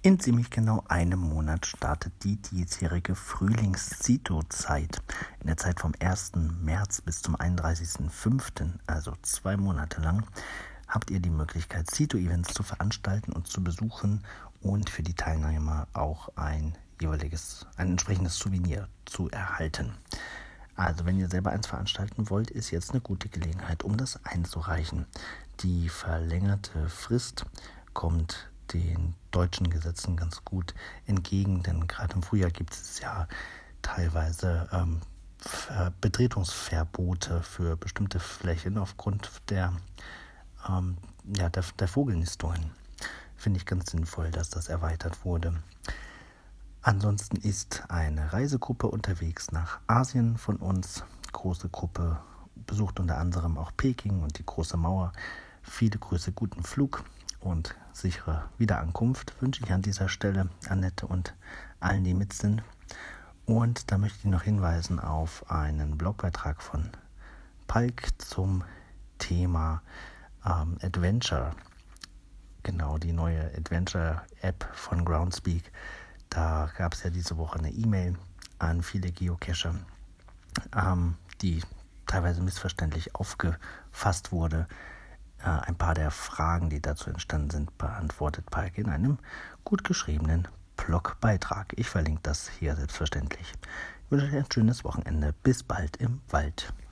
In ziemlich genau einem Monat startet die diesjährige Frühlings-Zito-Zeit. In der Zeit vom 1. März bis zum 31.05., also 2 Monate lang, habt ihr die Möglichkeit, Zito-Events zu veranstalten und zu besuchen und für die Teilnehmer auch ein entsprechendes Souvenir zu erhalten. Also wenn ihr selber eins veranstalten wollt, ist jetzt eine gute Gelegenheit, um das einzureichen. Die verlängerte Frist kommt den deutschen Gesetzen ganz gut entgegen, denn gerade im Frühjahr gibt es ja teilweise Betretungsverbote für bestimmte Flächen aufgrund der Vogelnistungen. Finde ich ganz sinnvoll, dass das erweitert wurde. Ansonsten ist eine Reisegruppe unterwegs nach Asien von uns. Große Gruppe besucht unter anderem auch Peking und die Große Mauer. Viele Grüße, guten Flug und sichere Wiederankunft wünsche ich an dieser Stelle Annette und allen, die mit sind. Und da möchte ich noch hinweisen auf einen Blogbeitrag von Palk zum Thema Adventure. Genau, die neue Adventure-App von Groundspeak. Da gab es ja diese Woche eine E-Mail an viele Geocacher, die teilweise missverständlich aufgefasst wurde. Ein paar der Fragen, die dazu entstanden sind, beantwortet Palk in einem gut geschriebenen Blogbeitrag. Ich verlinke das hier selbstverständlich. Ich wünsche euch ein schönes Wochenende. Bis bald im Wald.